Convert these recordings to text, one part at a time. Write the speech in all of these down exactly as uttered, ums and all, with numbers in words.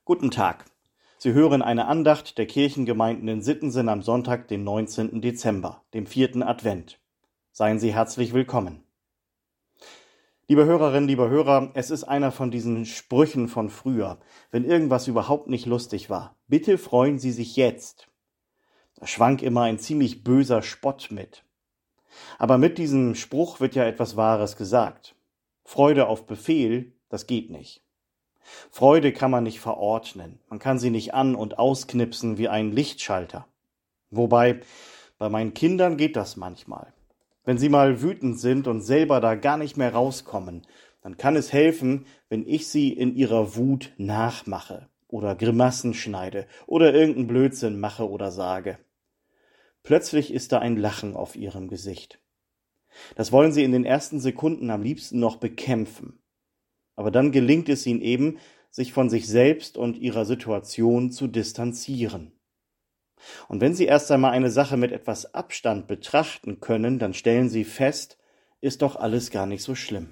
Guten Tag. Sie hören eine Andacht der Kirchengemeinden in Sittensen am Sonntag, den neunzehnten Dezember, dem vierten Advent. Seien Sie herzlich willkommen. Liebe Hörerinnen, liebe Hörer, es ist einer von diesen Sprüchen von früher, wenn irgendwas überhaupt nicht lustig war. Bitte freuen Sie sich jetzt. Da schwang immer ein ziemlich böser Spott mit. Aber mit diesem Spruch wird ja etwas Wahres gesagt. Freude auf Befehl, das geht nicht. Freude kann man nicht verordnen, man kann sie nicht an- und ausknipsen wie einen Lichtschalter. Wobei, bei meinen Kindern geht das manchmal. Wenn sie mal wütend sind und selber da gar nicht mehr rauskommen, dann kann es helfen, wenn ich sie in ihrer Wut nachmache oder Grimassen schneide oder irgendeinen Blödsinn mache oder sage. Plötzlich ist da ein Lachen auf ihrem Gesicht. Das wollen sie in den ersten Sekunden am liebsten noch bekämpfen. Aber dann gelingt es ihnen eben, sich von sich selbst und ihrer Situation zu distanzieren. Und wenn sie erst einmal eine Sache mit etwas Abstand betrachten können, dann stellen sie fest, ist doch alles gar nicht so schlimm.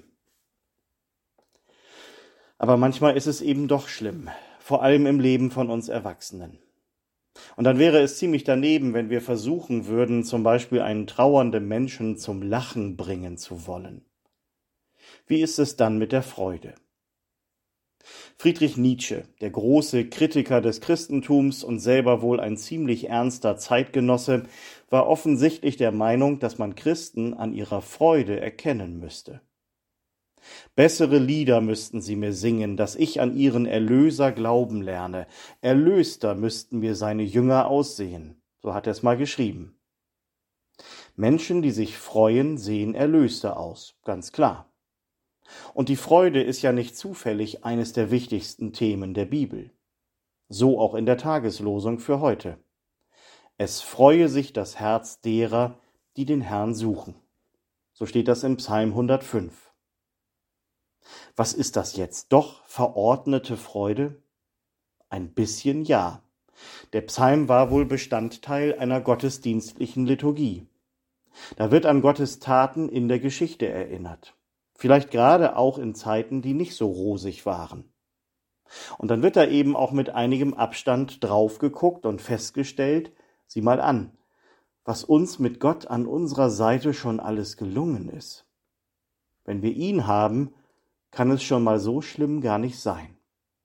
Aber manchmal ist es eben doch schlimm, vor allem im Leben von uns Erwachsenen. Und dann wäre es ziemlich daneben, wenn wir versuchen würden, zum Beispiel einen trauernden Menschen zum Lachen bringen zu wollen. Wie ist es dann mit der Freude? Friedrich Nietzsche, der große Kritiker des Christentums und selber wohl ein ziemlich ernster Zeitgenosse, war offensichtlich der Meinung, dass man Christen an ihrer Freude erkennen müsste. Bessere Lieder müssten sie mir singen, dass ich an ihren Erlöser glauben lerne. Erlöster müssten mir seine Jünger aussehen. So hat er es mal geschrieben. Menschen, die sich freuen, sehen erlöster aus, ganz klar. Und die Freude ist ja nicht zufällig eines der wichtigsten Themen der Bibel. So auch in der Tageslosung für heute. Es freue sich das Herz derer, die den Herrn suchen. So steht das im Psalm hundertfünf. Was ist das jetzt? Doch verordnete Freude? Ein bisschen ja. Der Psalm war wohl Bestandteil einer gottesdienstlichen Liturgie. Da wird an Gottes Taten in der Geschichte erinnert. Vielleicht gerade auch in Zeiten, die nicht so rosig waren. Und dann wird da eben auch mit einigem Abstand drauf geguckt und festgestellt, sieh mal an, was uns mit Gott an unserer Seite schon alles gelungen ist. Wenn wir ihn haben, kann es schon mal so schlimm gar nicht sein.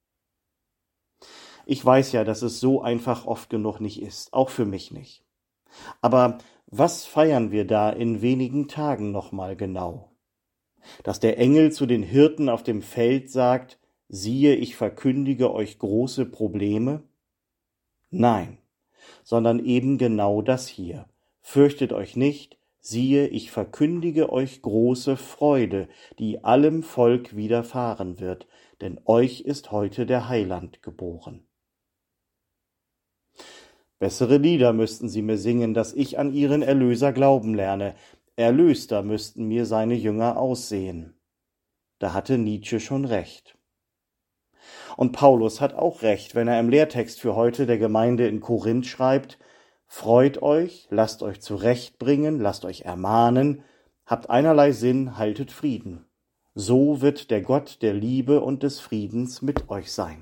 Ich weiß ja, dass es so einfach oft genug nicht ist, auch für mich nicht. Aber was feiern wir da in wenigen Tagen nochmal genau? Dass der Engel zu den Hirten auf dem Feld sagt, siehe, ich verkündige euch große Probleme? Nein, sondern eben genau das hier. Fürchtet euch nicht, siehe, ich verkündige euch große Freude, die allem Volk widerfahren wird, denn euch ist heute der Heiland geboren. Bessere Lieder müssten sie mir singen, dass ich an ihren Erlöser glauben lerne. Erlöster müssten mir seine Jünger aussehen. Da hatte Nietzsche schon recht. Und Paulus hat auch recht, wenn er im Lehrtext für heute der Gemeinde in Korinth schreibt, freut euch, lasst euch zurechtbringen, lasst euch ermahnen, habt einerlei Sinn, haltet Frieden. So wird der Gott der Liebe und des Friedens mit euch sein.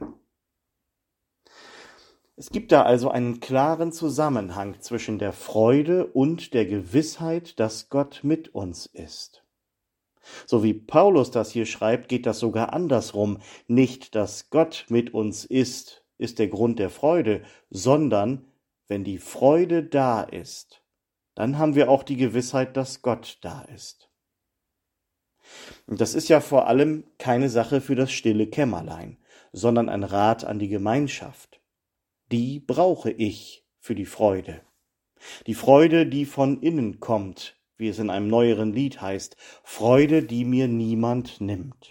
Es gibt da also einen klaren Zusammenhang zwischen der Freude und der Gewissheit, dass Gott mit uns ist. So wie Paulus das hier schreibt, geht das sogar andersrum. Nicht, dass Gott mit uns ist, ist der Grund der Freude, sondern wenn die Freude da ist, dann haben wir auch die Gewissheit, dass Gott da ist. Und das ist ja vor allem keine Sache für das stille Kämmerlein, sondern ein Rat an die Gemeinschaft. Die brauche ich für die Freude. Die Freude, die von innen kommt, wie es in einem neueren Lied heißt, Freude, die mir niemand nimmt.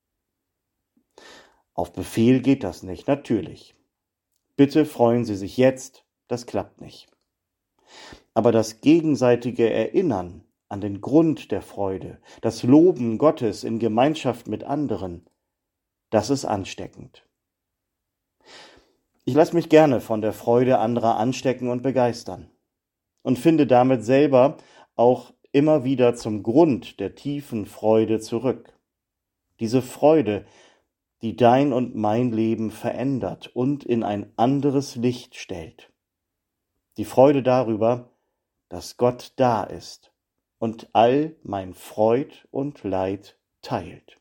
Auf Befehl geht das nicht, natürlich. Bitte freuen Sie sich jetzt, das klappt nicht. Aber das gegenseitige Erinnern an den Grund der Freude, das Loben Gottes in Gemeinschaft mit anderen, das ist ansteckend. Ich lasse mich gerne von der Freude anderer anstecken und begeistern und finde damit selber auch immer wieder zum Grund der tiefen Freude zurück. Diese Freude, die dein und mein Leben verändert und in ein anderes Licht stellt. Die Freude darüber, dass Gott da ist und all mein Freud und Leid teilt.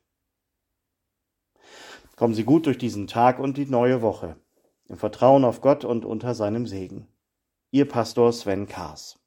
Kommen Sie gut durch diesen Tag und die neue Woche, im Vertrauen auf Gott und unter seinem Segen. Ihr Pastor Sven Kaas.